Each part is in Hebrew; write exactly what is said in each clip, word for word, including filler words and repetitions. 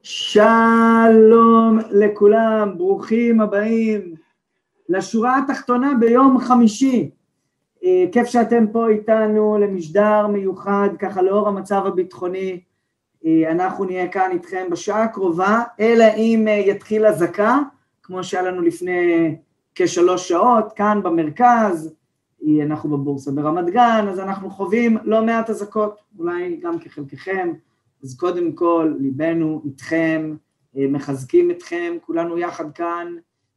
שלום לכולם, ברוכים הבאים לשורה התחתונה ביום חמישי. כיף שאתם פה איתנו למשדר מיוחד, ככה לאור המצב הביטחוני. אנחנו נהיה כאן איתכם בשעה הקרובה, אלא אם יתחיל הזקה, כמו שהיה לנו לפני כשלוש שעות, כאן במרכז, אנחנו בבורסה ברמת גן, אז אנחנו חווים לא מעט הזקות, אולי גם כחלקכם. אז קודם כל, ליבנו איתכם, מחזקים אתכם, כולנו יחד כאן,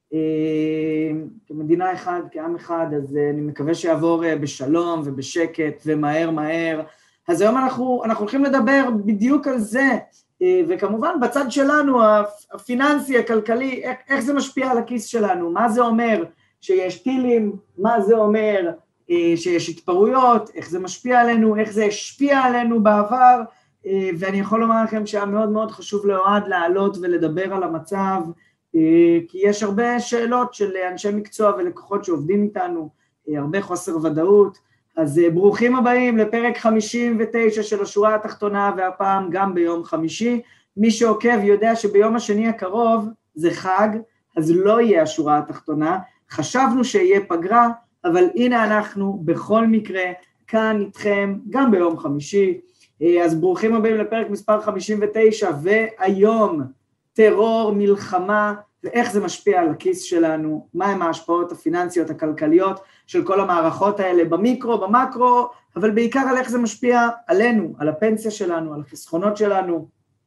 כמדינה אחד, כעם אחד, אז אני מקווה שיעבור בשלום ובשקט ומהר מהר. אז היום אנחנו, אנחנו הולכים לדבר בדיוק על זה, וכמובן בצד שלנו, הפיננסי, הכלכלי, איך, איך זה משפיע על הכיס שלנו, מה זה אומר שיש טילים, מה זה אומר שיש התפרעויות, איך זה משפיע עלינו, איך זה השפיע עלינו בעבר, ואני יכול לומר לכם שהיה מאוד מאוד חשוב לאוהד לעלות ולדבר על המצב, כי יש הרבה שאלות של אנשי מקצוע ולקוחות שעובדים איתנו, הרבה חוסר ודאות, אז ברוכים הבאים לפרק חמישים ותשע של השורה התחתונה, והפעם גם ביום חמישי. מי שעוקב יודע שביום השני הקרוב זה חג, אז לא יהיה השורה התחתונה, חשבנו שיהיה פגרה, אבל הנה אנחנו בכל מקרה כאן איתכם גם ביום חמישי. אז ברוכים הבאים לפרק מספר חמישים ותשע, והיום טרור, מלחמה, ואיך זה משפיע על הכיס שלנו, מהם ההשפעות הפיננסיות, הכלכליות של כל המערכות האלה, במיקרו, במקרו, אבל בעיקר על איך זה משפיע עלינו, על הפנסיה שלנו, על החסכונות שלנו.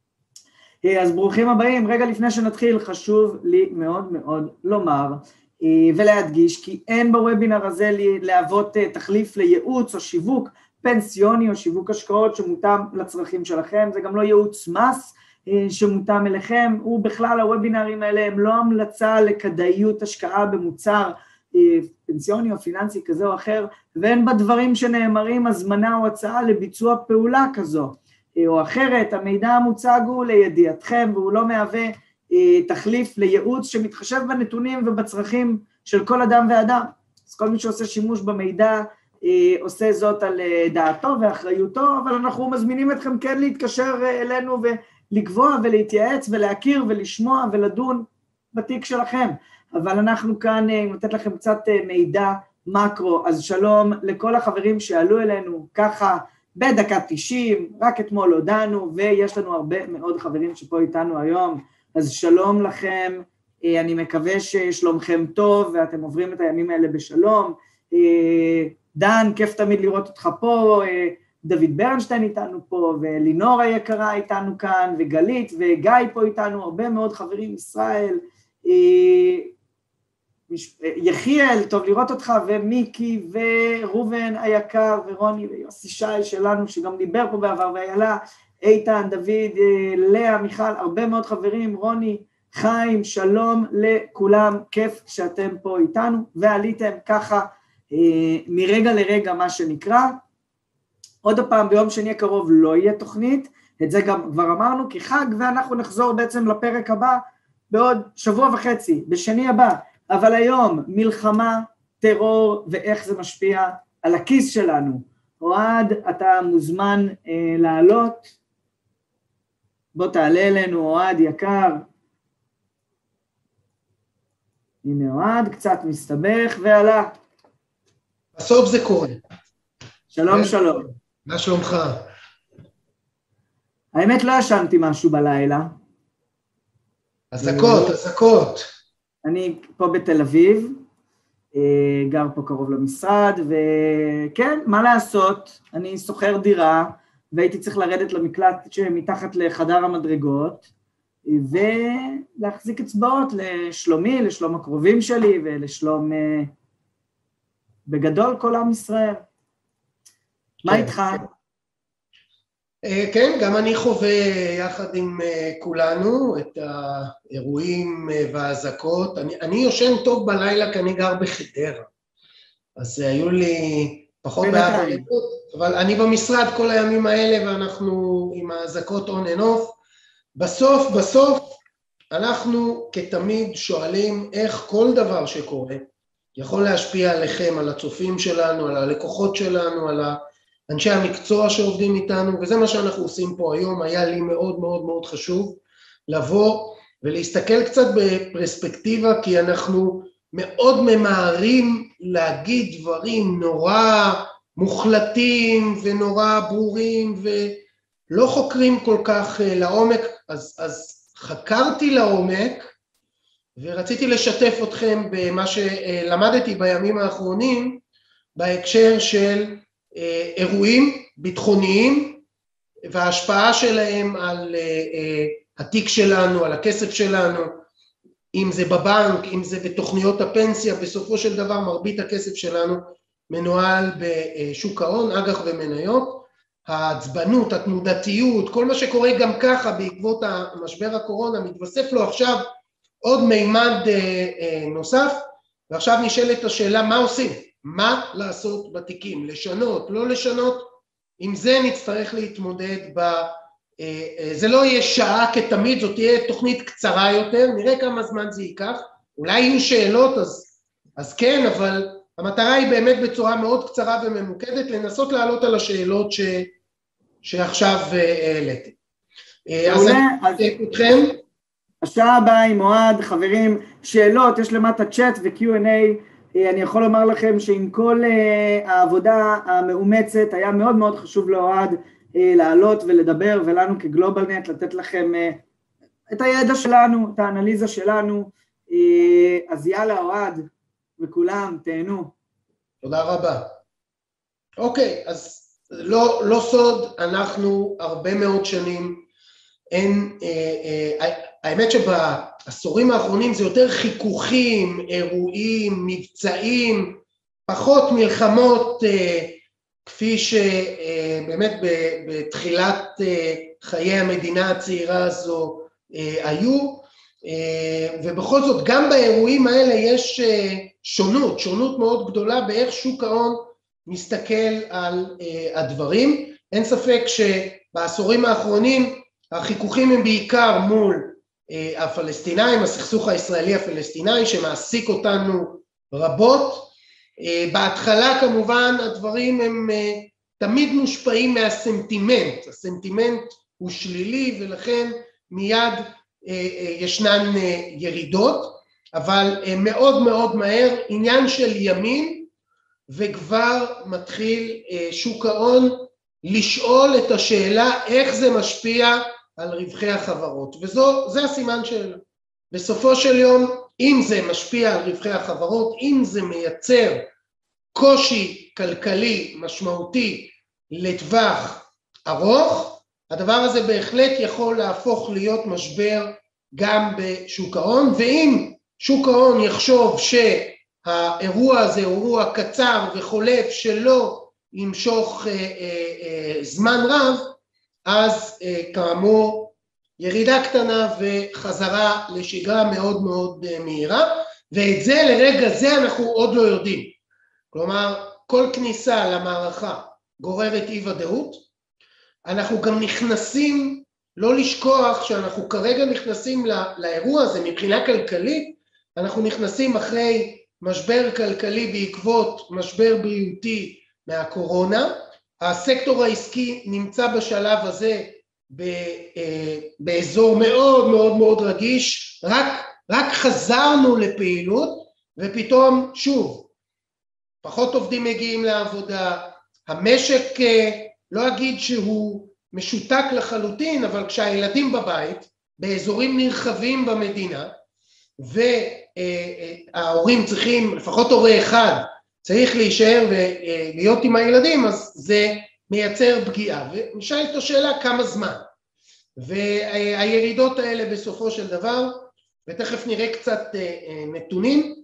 אז ברוכים הבאים. רגע לפני שנתחיל, חשוב לי מאוד מאוד לומר ולהדגיש, כי אין בוובינר הזה להוות תחליף לייעוץ או שיווק פנסיוני או שיווק השקעות שמותאם לצרכים שלכם, זה גם לא ייעוץ מס שמותאם אליכם, ובכלל הוובינרים האלה הם לא המלצה לכדאיות השקעה במוצר פנסיוני או פיננסי כזה או אחר, ואין בדברים שנאמרים הזמנה או הצעה לביצוע פעולה כזו או אחרת. המידע המוצג הוא לידיעתכם, והוא לא מהווה תחליף לייעוץ שמתחשב בנתונים ובצרכים של כל אדם ואדם. אז כל מי שעושה שימוש במידע עושה זאת על דעתו ואחריותו, אבל אנחנו מזמינים אתכם כן להתקשר אלינו ולקבוע ולהתייעץ ולהכיר ולשמוע ולדון בתיק שלכם. אבל אנחנו כאן נותנת לכם קצת מידע מקרו. אז שלום לכל החברים שעלו אלינו ככה בדקה תשעים, רק אתמול הודענו, ויש לנו הרבה מאוד חברים שפה איתנו היום. אז שלום לכם, אני מקווה ששלומכם טוב ואתם עוברים את הימים האלה בשלום. דן, כיף תמיד לראות אותך פה, דוד ברנשטיין איתנו פה, ולינור היקרה איתנו כאן, וגלית וגיא פה איתנו, הרבה מאוד חברים, ישראל, יחיאל, טוב לראות אותך, ומיקי ורובן היקר, ורוני ויוסי שי שלנו, שגם דיבר פה בעבר, ואיילה, איתן, דוד, לאה, מיכל, הרבה מאוד חברים, רוני, חיים, שלום לכולם, כיף שאתם פה איתנו, ועליתם ככה, מרגע לרגע מה שנקרא. עוד הפעם ביום שני הקרוב לא יהיה תוכנית, את זה גם כבר אמרנו כחג, ואנחנו נחזור בעצם לפרק הבא בעוד שבוע וחצי, בשני הבא. אבל היום מלחמה, טרור ואיך זה משפיע על הכיס שלנו. אוהד, אתה מוזמן אה, לעלות, בוא תעלה אלינו אוהד יקר. הנה אוהד, קצת מסתבך ועלה. בסוף זה קורה. שלום שלום. מה שלומך? האמת לא ישנתי משהו בלילה. הזקות, הזקות. אני פה בתל אביב, גר פה קרוב למשרד, וכן, מה לעשות? אני סוחר דירה, והייתי צריך לרדת למקלט שמתחת לחדר המדרגות, ולהחזיק אצבעות לשלומי, לשלום הקרובים שלי, ולשלום בגדול כל עם ישראל. מה איתך? כן, גם אני חווה יחד עם כולנו את האירועים והזקות. אני, אני יושן טוב בלילה כי אני גר בחדרה, אז היו לי פחות בעבודות, אבל אני במשרד כל הימים האלה ואנחנו עם הזקות on and off. בסוף, בסוף אנחנו כתמיד שואלים איך כל דבר שקורה יכול להשפיע עליכם, על הצופים שלנו, על הלקוחות שלנו, על אנשי המקצוע שעובדים איתנו, וזה מה שאנחנו עושים פה היום. היה לי מאוד מאוד מאוד חשוב לבוא ולהסתכל קצת בפרספקטיבה, כי אנחנו מאוד ממהרים להגיד דברים נורא מוחלטים ונורא ברורים, ולא חוקרים כל כך לעומק. אז, אז חקרתי לעומק, ורציתי לשתף אתכם במה שלמדתי בימים האחרונים, בהקשר של אירועים ביטחוניים, וההשפעה שלהם על התיק שלנו, על הכסף שלנו, אם זה בבנק, אם זה בתוכניות הפנסיה. בסופו של דבר מרבית הכסף שלנו מנוהל בשוק ההון, אג"ח ומניות. העצבנות, התנודתיות, כל מה שקורה גם ככה בעקבות המשבר הקורונה, מתווסף לו עכשיו עוד מימד נוסף, ועכשיו נשאלת השאלה מה עושים, מה לעשות בתיקים, לשנות, לא לשנות. עם זה נצטרך להתמודד, ב... זה לא יהיה שעה כתמיד, זאת תהיה תוכנית קצרה יותר, נראה כמה זמן זה ייקח, אולי יהיו שאלות, אז, אז כן, אבל המטרה היא באמת בצורה מאוד קצרה וממוקדת, לנסות לעלות על השאלות ש... שעכשיו העליתי. אז אני אתן אתכם. השעה הבאה עם אוהד, חברים, שאלות, יש למטה צ'אט ו-קיו אנד איי, אני יכול לומר לכם שעם כל העבודה המאומצת, היה מאוד מאוד חשוב לאוהד לעלות ולדבר, ולנו כגלובלנט לתת לכם את הידע שלנו, את האנליזה שלנו. אז יאללה אוהד, וכולם תהנו. תודה רבה. אוקיי, אז לא, לא סוד, אנחנו הרבה מאוד שנים, אין, אה, אה, האמת שבעשורים האחרונים זה יותר חיכוכים, אירועים, מבצעים, פחות מלחמות, אה, כפי שבאמת בתחילת חיי המדינה הצעירה הזו היו, ובכל זאת גם באירועים האלה יש שונות, שונות מאוד גדולה באיך שוק ההון מסתכל על הדברים. אין ספק שבעשורים האחרונים החיכוכים הם בעיקר מול הפלסטינאים, הסכסוך הישראלי הפלסטיני שמעסיק אותנו רבות. בהתחלה כמובן הדברים הם תמיד מושפעים מהסנטימנט, הסנטימנט הוא שלילי ולכן מיד ישנן ירידות, אבל מאוד מאוד מהר עניין של ימין וכבר מתחיל שוק ההון לשאול את השאלה איך זה משפיע על רווחי החברות, וזה הסימן שלו. בסופו של יום, אם זה משפיע על רווחי החברות, אם זה מייצר קושי כלכלי משמעותי לטווח ארוך, הדבר הזה בהחלט יכול להפוך להיות משבר גם בשוק ההון, ואם שוק ההון יחשוב שהאירוע הזה הוא אירוע קצר וחולף שלא ימשוך אה, אה, אה, זמן רב, אז אה, כאמור ירידה קטנה וחזרה לשגרה מאוד מאוד אה, מהירה, ואת זה לרגע זה אנחנו עוד לא יודעים. כלומר, כל כניסה למערכה גוררת אי ודאות. אנחנו גם נכנסים, לא לשכוח שאנחנו כרגע נכנסים לא, לאירוע הזה מבחינה כלכלית, אנחנו נכנסים אחרי משבר כלכלי בעקבות משבר בריאותי מהקורונה. הסקטור העסקי נמצא בשלב הזה באזור מאוד מאוד מאוד רגיש, רק, רק חזרנו לפעילות ופתאום שוב, פחות עובדים מגיעים לעבודה, המשק לא אגיד שהוא משותק לחלוטין, אבל כשהילדים בבית, באזורים נרחבים במדינה, וההורים צריכים, לפחות הורה אחד, צריך להישאר ולהיות עם הילדים, אז זה מייצר פגיעה, ונשאל את השאלה כמה זמן. והירידות האלה בסופו של דבר, ותכף נראה קצת נתונים,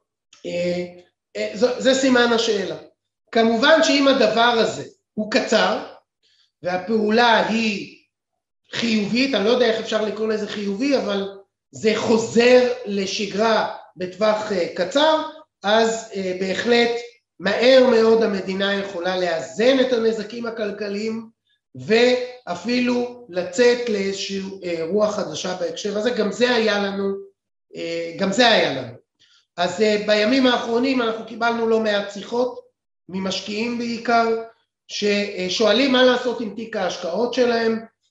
זה, זה סימן השאלה. כמובן שאם הדבר הזה הוא קצר, והפעולה היא חיובית, אני לא יודע איך אפשר לקרוא לזה חיובי, אבל זה חוזר לשגרה בטווח קצר, אז בהחלט מהר מאוד המדינה יכולה לאזן את הנזקים הכלכליים, ואפילו לצאת לאיזשהו אירוע חדשה בהקשר הזה, גם זה היה לנו, גם זה היה לנו. אז בימים האחרונים אנחנו קיבלנו לא מעט שיחות, ממשקיעים בעיקר, ששואלים מה לעשות עם תיק ההשקעות שלהם,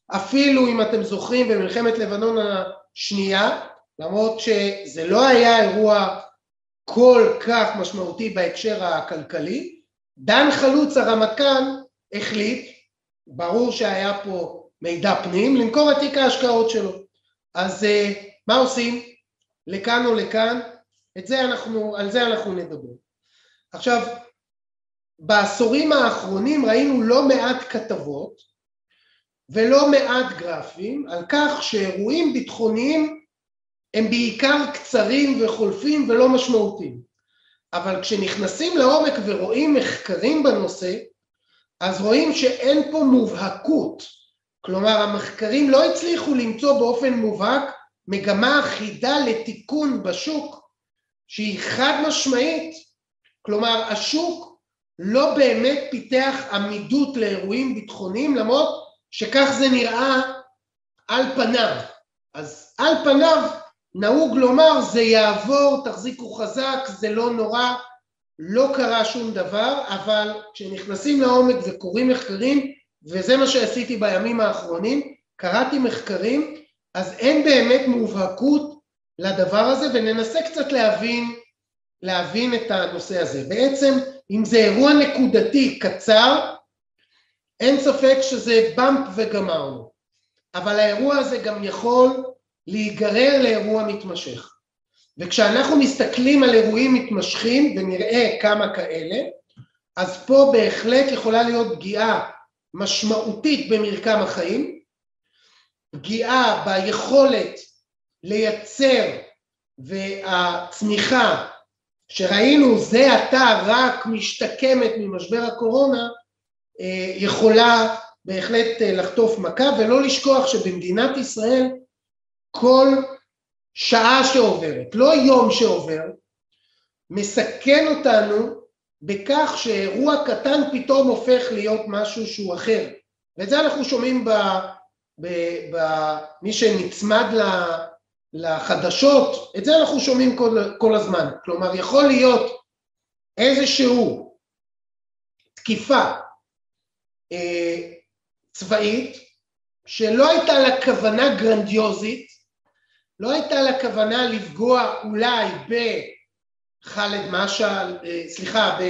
אפילו אם אתם זוכרים במלחמת לבנון השנייה, למרות שזה לא היה אירוע כל כך משמעותי בהקשר הכלכלי, דן חלוץ הרמטכ"ל החליט, ברור שהיה פה מידע פנים, למכור את תיק ההשקעות שלו. אז מה עושים? לכאן או לכאן? את זה אנחנו, על זה אנחנו נדבר. עכשיו, בעשורים האחרונים ראינו לא מעט כתבות ולא מעט גרפים על כך שאירועים ביטחוניים הם בעיקר קצרים וחולפים ולא משמעותיים. אבל כשנכנסים לעומק ורואים מחקרים בנושא, אז רואים שאין פה מובהקות. כלומר, המחקרים לא הצליחו למצוא באופן מובהק מגמה אחידה לתיקון בשוק שהיא חד משמעית. כלומר, השוק לא באמת פיתח עמידות לאירועים ביטחוניים, למרות שכך זה נראה על פניו. אז על פניו נהוג לומר זה יעבור, תחזיקו חזק, זה לא נורא, לא קרה שום דבר, אבל כשנכנסים לעומק וקוראים מחקרים, וזה מה שעשיתי בימים האחרונים, קראתי מחקרים, אז אין באמת מובהקות לדבר הזה, וננסה קצת להבין, להבין את הנושא הזה. בעצם, אם זה אירוע נקודתי קצר, אין ספק שזה במפ וגמרנו, אבל האירוע הזה גם יכול להיגרר לאירוע מתמשך. וכשאנחנו מסתכלים על אירועים מתמשכים ונראה כמה כאלה, אז פה בהחלט יכולה להיות פגיעה משמעותית במרקם החיים, פגיעה ביכולת לייצר, והצמיחה שראינו זה עתה רק משתקמת ממשבר הקורונה, יכולה בהחלט לחטוף מכה, ולא לשכוח שבמדינת ישראל כל שעה שעוברת, לא יום שעובר, מסכן אותנו בכך שאירוע קטן פתאום הופך להיות משהו שהוא אחר. ואת זה אנחנו שומעים במי שנצמד לחדשות, את זה אנחנו שומעים כל, כל הזמן. כלומר, יכול להיות איזשהו תקיפה אה, צבאית, שלא הייתה לה כוונה גרנדיוזית, לא הייתה לה כוונה לפגוע אולי בח'אלד משעל, סליחה,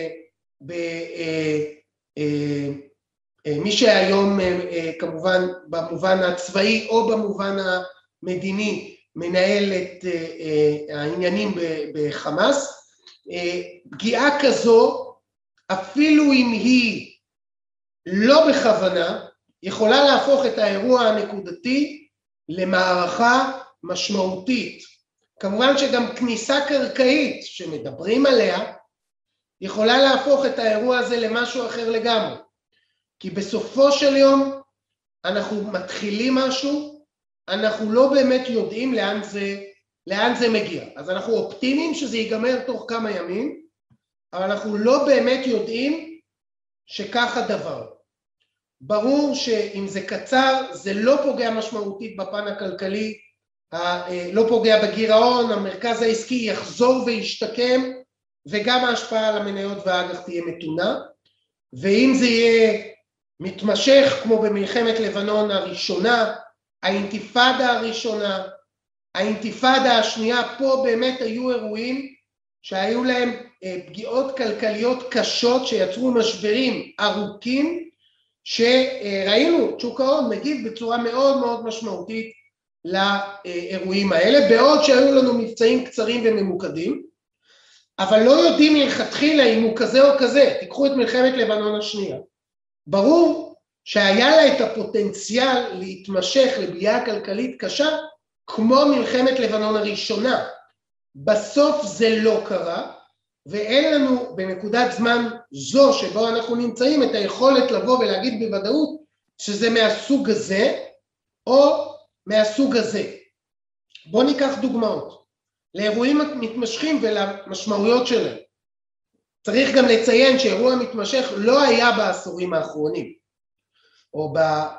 במי שהיום כמובן במובן הצבאי או במובן המדיני מנהל את העניינים בחמאס. פגיעה כזו, אפילו אם היא לא בכוונה, יכולה להפוך את האירוע הנקודתי למערכה משמעותית. כמובן שגם כניסה קרקעית שמדברים עליה, יכולה להפוך את האירוע הזה למשהו אחר לגמרי. כי בסופו של יום אנחנו מתחילים משהו, אנחנו לא באמת יודעים לאן זה, לאן זה מגיע. אז אנחנו אופטימיים שזה ייגמר תוך כמה ימים, אבל אנחנו לא באמת יודעים שכך הדבר. ברור שאם זה קצר, זה לא פוגע משמעותית בפן הכלכלי, לא פוגע בגירעון, המרכז העסקי יחזור וישתקם, וגם ההשפעה על המניות והאג"ח תהיה מתונה, ואם זה יהיה מתמשך כמו במלחמת לבנון הראשונה, האינתיפאדה הראשונה, האינתיפאדה השנייה, פה באמת היו אירועים שהיו להם פגיעות כלכליות קשות שיצרו משברים ארוכים, שראינו שוק ההון מגיב בצורה מאוד מאוד משמעותית לאירועים האלה, בעוד שהיו לנו מבצעים קצרים וממוקדים, אבל לא יודעים מלכתחילה אם הוא כזה או כזה. תיקחו את מלחמת לבנון השנייה. ברור שהיה לה את הפוטנציאל להתמשך לפגיעה כלכלית קשה, כמו מלחמת לבנון הראשונה. בסוף זה לא קרה, ואין לנו בנקודת זמן זו שבו אנחנו נמצאים את היכולת לבוא ולהגיד בוודאות שזה מהסוג הזה או מהסוג הזה. בואו ניקח דוגמאות לאירועים מתמשכים ולמשמעויות שלהם. צריך גם לציין שאירוע מתמשך לא היה בעשורים האחרונים, או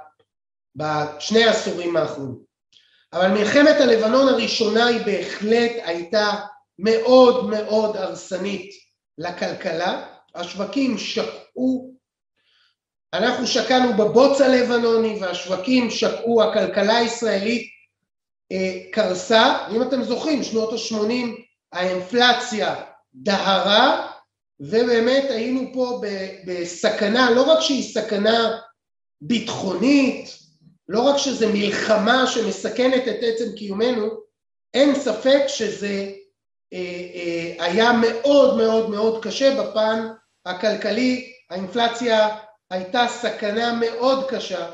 בשני העשורים האחרונים. אבל מלחמת הלבנון הראשונה היא בהחלט הייתה מאוד מאוד הרסנית לכלכלה, השווקים שקעו, אנחנו שקענו בבוץ הלבנוני והשווקים שקעו, הכלכלה הישראלית אה, קרסה, אם אתם זוכרים, שנות ה-שמונים האינפלציה דהרה, ובאמת היינו פה בסכנה, לא רק שהיא סכנה ביטחונית, לא רק שזה מלחמה שמסכנת את עצם קיומנו, אין ספק שזה אה, אה, היה מאוד מאוד מאוד קשה בפן הכלכלי, האינפלציה הייתה סכנה מאוד קשה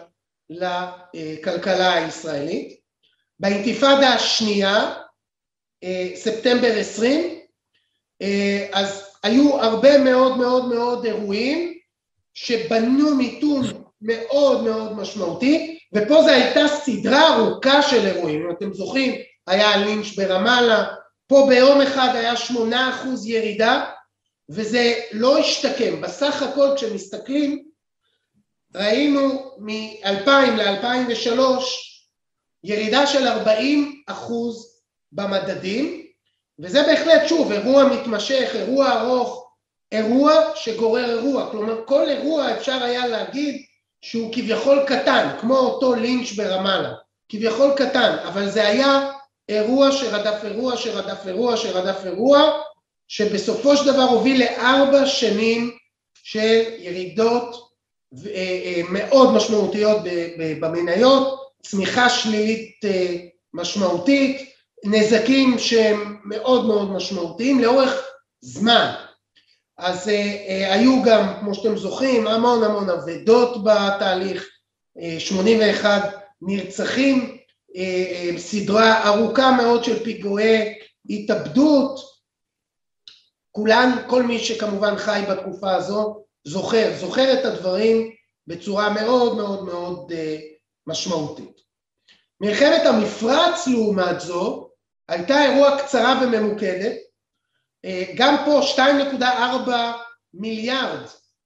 לכלכלה הישראלית. באינתיפאדה השנייה, ספטמבר עשרים, אז היו הרבה מאוד מאוד מאוד אירועים שבנו מיתון מאוד מאוד משמעותי, ופה זו הייתה סדרה ארוכה של אירועים. אם אתם זוכרים, היה לינץ' ברמאללה, פה ביום אחד היה שמונה אחוז ירידה, וזה לא השתקם. בסך הכל כשמסתכלים, ראינו מ-אלפיים ל-אלפיים ושלוש ירידה של ארבעים אחוז במדדים, וזה בהחלט שוב אירוע מתמשך, אירוע ארוך, אירוע שגורר אירוע, כלומר כל אירוע אפשר היה להגיד שהוא כביכול קטן, כמו אותו לינץ' ברמאללה, כביכול קטן, אבל זה היה אירוע שרדף אירוע, שרדף אירוע, שרדף אירוע, שבסופו של דבר הוביל לארבע שנים של ירידות מאוד משמעותיות במניות, צמיחה שלילית משמעותית, נזקים שהם מאוד מאוד משמעותיים לאורך זמן. אז היו גם, כמו שאתם זוכרים, המון המון עבדות בתהליך, שמונים ואחד נרצחים, סדרה ארוכה מאוד של פיגועי התאבדות, כולן, כל מי שכמובן חי בתקופה הזו, זוכר, זוכר את הדברים בצורה מאוד מאוד מאוד משמעותית. מלחמת המפרץ לעומת זו, הייתה אירוע קצרה וממוקדת, גם פה שתיים נקודה ארבע מיליארד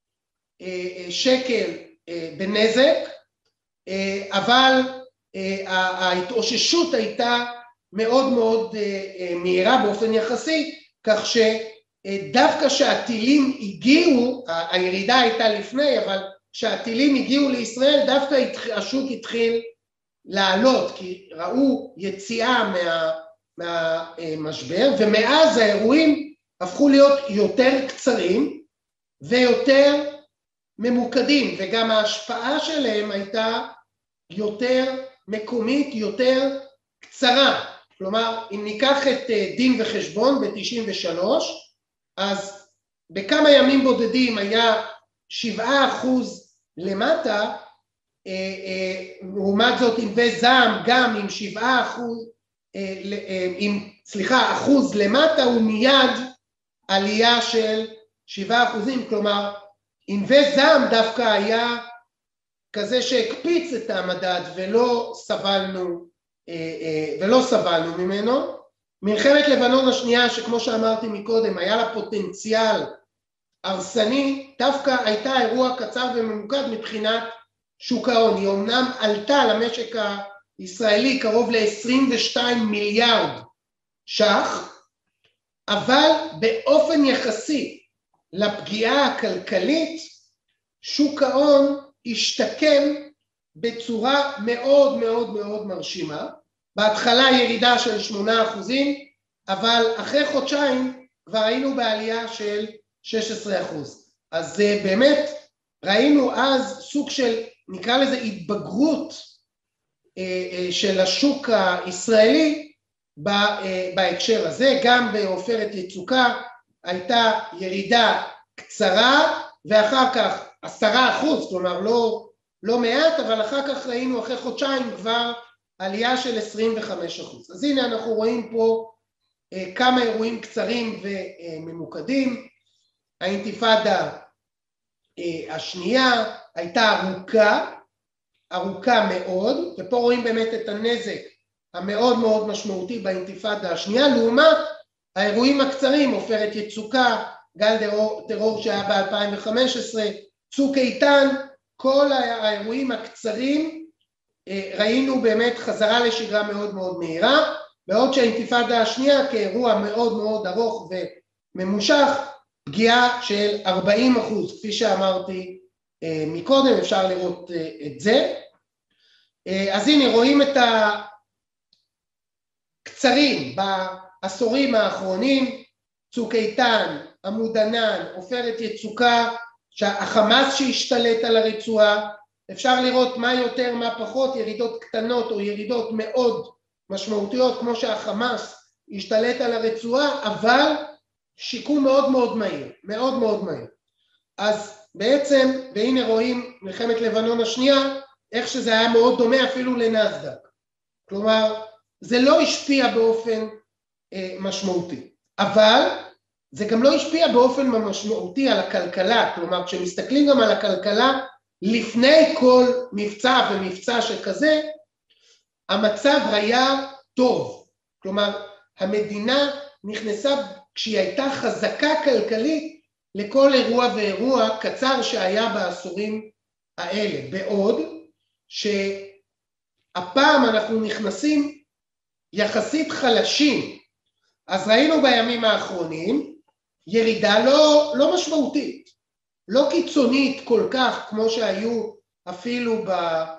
שקל בנזק, אבל ההתאוששות הייתה מאוד מאוד מהירה באופן יחסי, כך שדווקא שהטילים הגיעו, הירידה הייתה לפני, אבל כשהטילים הגיעו לישראל דווקא השוק התחיל לעלות, כי ראו יציאה מה, מהמשבר, ומאז האירועים הפכו להיות יותר קצרים ויותר ממוקדים, וגם ההשפעה שלהם הייתה יותר מקומית, יותר קצרה. כלומר, אם ניקח את דין וחשבון ב-תשעים ושלוש, אז בכמה ימים בודדים היה שבעה אחוז למטה, לעומת זאת עם וזעם גם עם שבעה אחוז, עם, סליחה, אחוז למטה ומיד עלייה של שבעה אחוזים, כלומר עם וזעם דווקא היה כזה שהקפיץ את המדד ולא סבלנו, ולא סבלנו ממנו. מלחמת לבנון השנייה שכמו שאמרתי מקודם היה לה פוטנציאל הרסני, דווקא הייתה אירוע קצר וממוקד מבחינת שוק ההון. היא אומנם עלתה למשק הישראלי קרוב ל-עשרים ושתיים מיליארד ש"ח, אבל באופן יחסי לפגיעה הכלכלית, שוק ההון השתקם בצורה מאוד מאוד מאוד מרשימה. בהתחלה ירידה של שמונה אחוזים, אבל אחרי חודשיים כבר היינו בעלייה של שש עשרה אחוז. אז באמת ראינו אז סוג של, נקרא לזה התבגרות של השוק הישראלי בהקשר הזה. גם בעופרת יצוקה הייתה ירידה קצרה, ואחר כך עשרה אחוז, כלומר לא, לא מעט, אבל אחר כך ראינו אחרי חודשיים כבר עלייה של עשרים וחמישה אחוז. אז הנה אנחנו רואים פה כמה אירועים קצרים וממוקדים. האינתיפאדה השנייה הייתה ארוכה, ארוכה מאוד, ופה רואים באמת את הנזק המאוד מאוד משמעותי באינתיפאדה השנייה, לעומת האירועים הקצרים, עופרת יצוקה, גל טרור שהיה ב-אלפיים וחמש עשרה, צוק איתן, כל האירועים הקצרים, ראינו באמת חזרה לשגרה מאוד מאוד מהירה, בעוד שהאינתיפאדה השנייה כאירוע מאוד מאוד ארוך וממושך, פגיעה של ארבעים אחוז, כפי שאמרתי מקודם, אפשר לראות את זה. אז הנה רואים את הקצרים בעשורים האחרונים, צוק איתן, עמוד ענן, עופרת יצוקה, החמאס שהשתלט על הרצועה, אפשר לראות מה יותר מה פחות, ירידות קטנות או ירידות מאוד משמעותיות כמו שהחמאס השתלט על הרצועה, אבל שיקום מאוד מאוד מהיר, מאוד מאוד מהיר. אז בעצם, והנה רואים מלחמת לבנון השנייה, איך שזה היה מאוד דומה אפילו לנסדק. כלומר, זה לא השפיע באופן אה, משמעותי, אבל זה גם לא השפיע באופן משמעותי על הכלכלה. כלומר, כשמסתכלים גם על הכלכלה, לפני כל מבצע ומבצע שכזה, המצב היה טוב. כלומר, המדינה נכנסה כשהיא הייתה חזקה כלכלית לכל אירוע ואירוע קצר שהיה בעשורים האלה. בעוד שהפעם אנחנו נכנסים יחסית חלשים. אז ראינו בימים האחרונים ירידה לא, לא משמעותית, לא קיצונית כל כך כמו שהיו אפילו ב,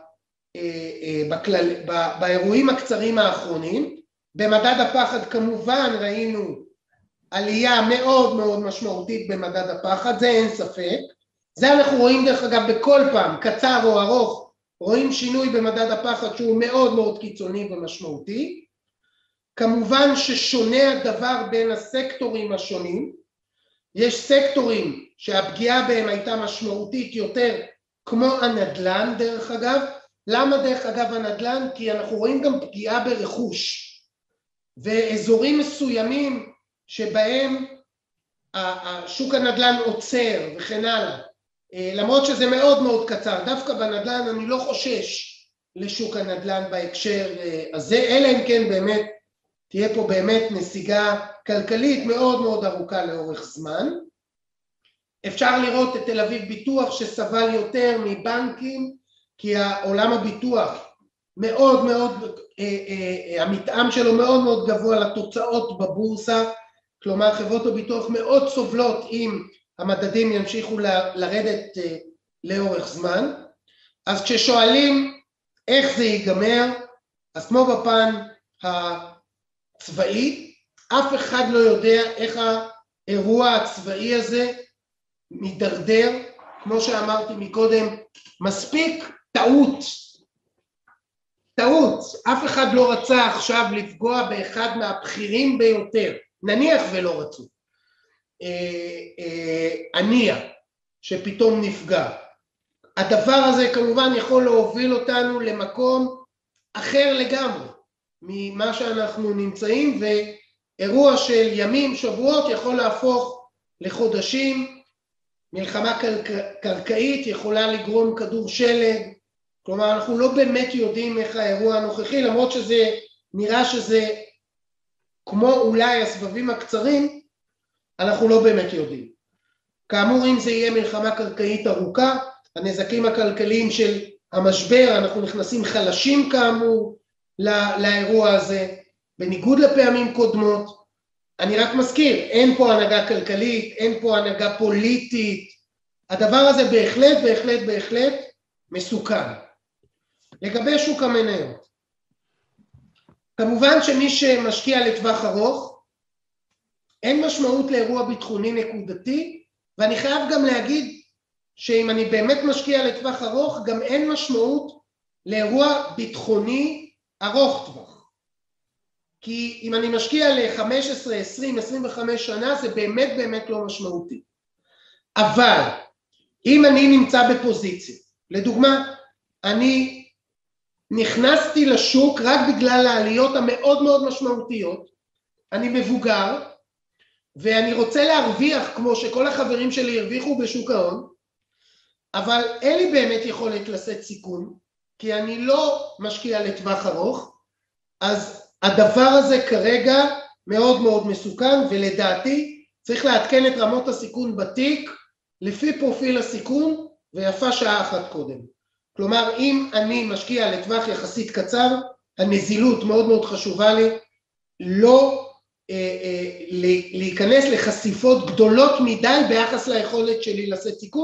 בכלל, ב, באירועים הקצרים האחרונים. במדד הפחד כמובן ראינו עלייה מאוד מאוד משמעותית במדד הפחד, זה אין ספק. זה אנחנו רואים דרך אגב בכל פעם, קצר או ארוך, רואים שינוי במדד הפחד שהוא מאוד מאוד קיצוני ומשמעותי. כמובן ששונה הדבר בין הסקטורים השונים, יש סקטורים שהפגיעה בהם הייתה משמעותית יותר, כמו הנדל"ן דרך אגב. למה דרך אגב הנדל"ן? כי אנחנו רואים גם פגיעה ברכוש, ואזורים מסוימים שבהם שוק הנדל"ן עוצר וכן הלאה. למרות שזה מאוד מאוד קצר, דווקא בנדל"ן אני לא חושש לשוק הנדל"ן בהקשר הזה, אלא אם כן באמת תהיה פה באמת נסיגה כלכלית מאוד מאוד ארוכה לאורך זמן. אפשר לראות את תל אביב ביטוח שסבל יותר מבנקים, כי העולם הביטוח מאוד מאוד, המתאם שלו מאוד מאוד גבוה לתוצאות בבורסה, כלומר חברות הביטוח מאוד סובלות אם המדדים ימשיכו לרדת לאורך זמן. אז כששואלים איך זה ייגמר, אז כמו בפן הצבאי, אף אחד לא יודע איך האירוע הצבאי הזה מתדרדר. כמו שאמרתי מקודם, מספיק טעות, טעות, אף אחד לא רצה עכשיו לפגוע באחד מהבכירים ביותר, נניח ולא רצו, עניה שפתאום נפגע. הדבר הזה כמובן יכול להוביל אותנו למקום אחר לגמרי ממה שאנחנו נמצאים, ואירוע של ימים, שבועות יכול להפוך לחודשים. מלחמה קרקעית יכולה לגרום כדור שלג. כלומר אנחנו לא באמת יודעים איך האירוע הנוכחי, למרות שזה נראה שזה כמו אולי הסבבים הקצרים, אנחנו לא באמת יודעים. כאמור, אם זה יהיה מלחמה קרקעית ארוכה, הנזקים הכלכליים של המשבר, אנחנו נכנסים חלשים כאמור לא, לאירוע הזה, בניגוד לפעמים קודמות. אני רק מזכיר, אין פה הנהגה כלכלית, אין פה הנהגה פוליטית, הדבר הזה בהחלט, בהחלט, בהחלט מסוכן. לגבי שוק המניות, כמובן שמי שמשקיע לטווח ארוך, אין משמעות לאירוע ביטחוני נקודתי, ואני חייב גם להגיד שאם אני באמת משקיע לטווח ארוך, גם אין משמעות לאירוע ביטחוני ארוך טווח. כי אם אני משקיע ל-חמש עשרה, עשרים, עשרים וחמש שנה, זה באמת באמת לא משמעותי. אבל אם אני נמצא בפוזיציה, לדוגמה, אני נכנסתי לשוק רק בגלל העליות המאוד מאוד משמעותיות, אני מבוגר, ואני רוצה להרוויח כמו שכל החברים שלי הרוויחו בשוק ההון, אבל אין לי באמת יכולת לשאת סיכון, כי אני לא משקיע לטווח ארוך, אז הדבר הזה כרגע מאוד מאוד מסוכן, ולדעתי צריך לעדכן את רמות הסיכון בתיק, לפי פרופיל הסיכון, ויפה שעה אחת קודם. כלומר, אם אני משקיע לטווח יחסית קצר, הנזילות מאוד מאוד חשובה לי, לא אה, אה, להיכנס לחשיפות גדולות מדי ביחס ליכולת שלי לשאת סיכון,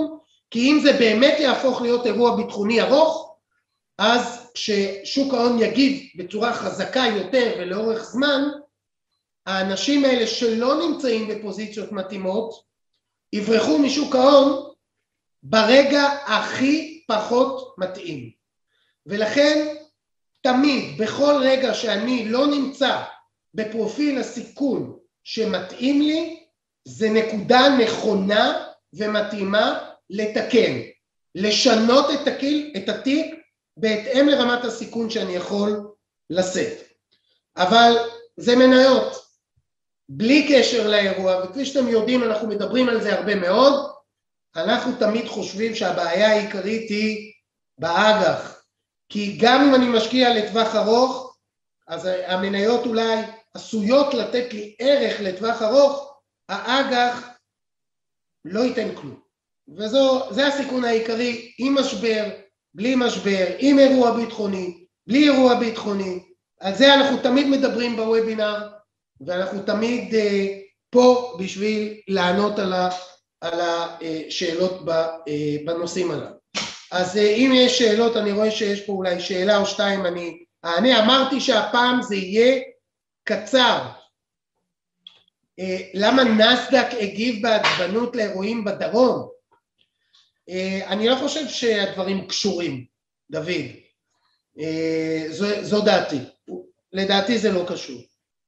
כי אם זה באמת יהפוך להיות אירוע ביטחוני ארוך, אז כששוק ההון יגיב בצורה חזקה יותר ולאורך זמן, האנשים האלה שלא נמצאים בפוזיציות מתאימות, יברחו משוק ההון ברגע הכי פחות מתאים. ולכן תמיד, בכל רגע שאני לא נמצא בפרופיל הסיכון שמתאים לי, זה נקודה נכונה ומתאימה לתקן, לשנות את התיק, את התיק בהתאם לרמת הסיכון שאני יכול לשאת. אבל זה מניות, בלי קשר לאירוע, וכפי שאתם יודעים אנחנו מדברים על זה הרבה מאוד, אנחנו תמיד חושבים שהבעיה העיקרית היא באג"ח, כי גם אם אני משקיע לטווח ארוך, אז המניות אולי עשויות לתת לי ערך לטווח ארוך, האג"ח לא ייתן כלום. וזה הסיכון העיקרי, עם משבר, בלי משבר, עם אירוע ביטחוני, בלי אירוע ביטחוני. על זה אנחנו תמיד מדברים בוובינר, ואנחנו תמיד uh, פה בשביל לענות על, ה, על השאלות ב, uh, בנושאים הללו. אז uh, אם יש שאלות, אני רואה שיש פה אולי שאלה או שתיים, אני אענה. אמרתי שהפעם זה יהיה קצר. Uh, למה נסדק הגיב בעצבנות לאירועים בדרום? Uh, אני לא חושב שהדברים קשורים, דוד. Uh, זו, זו דעתי. לדעתי זה לא קשור.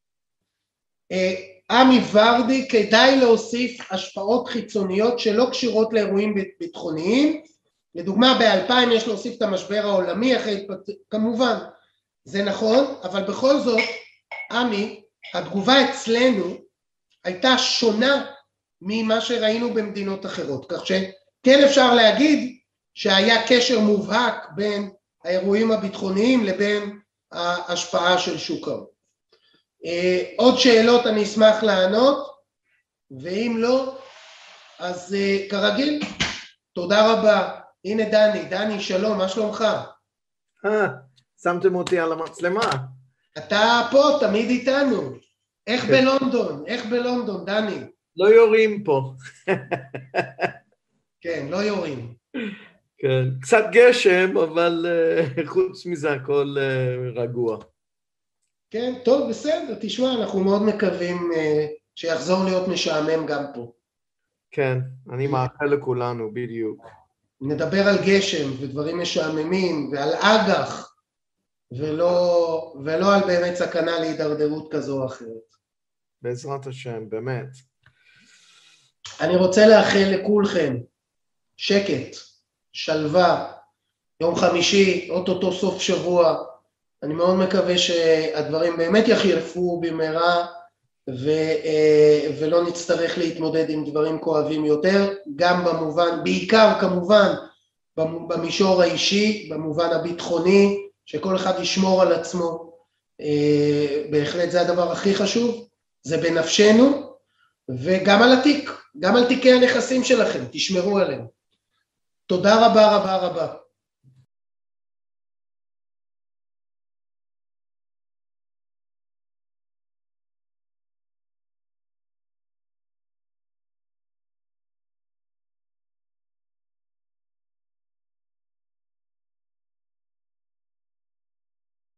עמי ורדי, כדאי להוסיף השפעות חיצוניות שלא קשירות לאירועים ביטחוניים, לדוגמה ב-אלפיים יש להוסיף את המשבר העולמי, אחרי, כמובן זה נכון, אבל בכל זאת עמי, התגובה אצלנו הייתה שונה ממה שראינו במדינות אחרות, כך שכן אפשר להגיד שהיה קשר מובהק בין האירועים הביטחוניים לבין ההשפעה של שוק ההון. Uh, עוד שאלות אני אשמח לענות, ואם לא, אז uh, כרגיל, תודה רבה. הנה דני, דני שלום, מה שלומך? אה, שמתם אותי על המצלמה. אתה פה, תמיד איתנו. איך בלונדון? איך בלונדון, דני? לא יורים פה. כן, לא יורים. כן, קצת גשם, אבל uh, חוץ מזה הכל uh, רגוע. כן, טוב, בסדר, תשמע, אנחנו מאוד מקווים uh, שיחזור להיות משעמם גם פה. כן, אני מאחל לכולנו, בדיוק. נדבר על גשם ודברים משעממים ועל אג"ח, ולא, ולא על באמת סכנה להידרדרות כזו או אחרת. בעזרת השם, באמת. אני רוצה לאחל לכולכם שקט, שלווה, יום חמישי, אוטוטו סוף שבוע, אני מאוד מקווה שהדברים באמת יחלפו במהרה, ו, ולא נצטרך להתמודד עם דברים כואבים יותר, גם במובן, בעיקר כמובן, במישור האישי, במובן הביטחוני, שכל אחד ישמור על עצמו, בהחלט זה הדבר הכי חשוב, זה בנפשנו, וגם על התיק, גם על תיקי הנכסים שלכם, תשמרו עליהם. תודה רבה רבה רבה.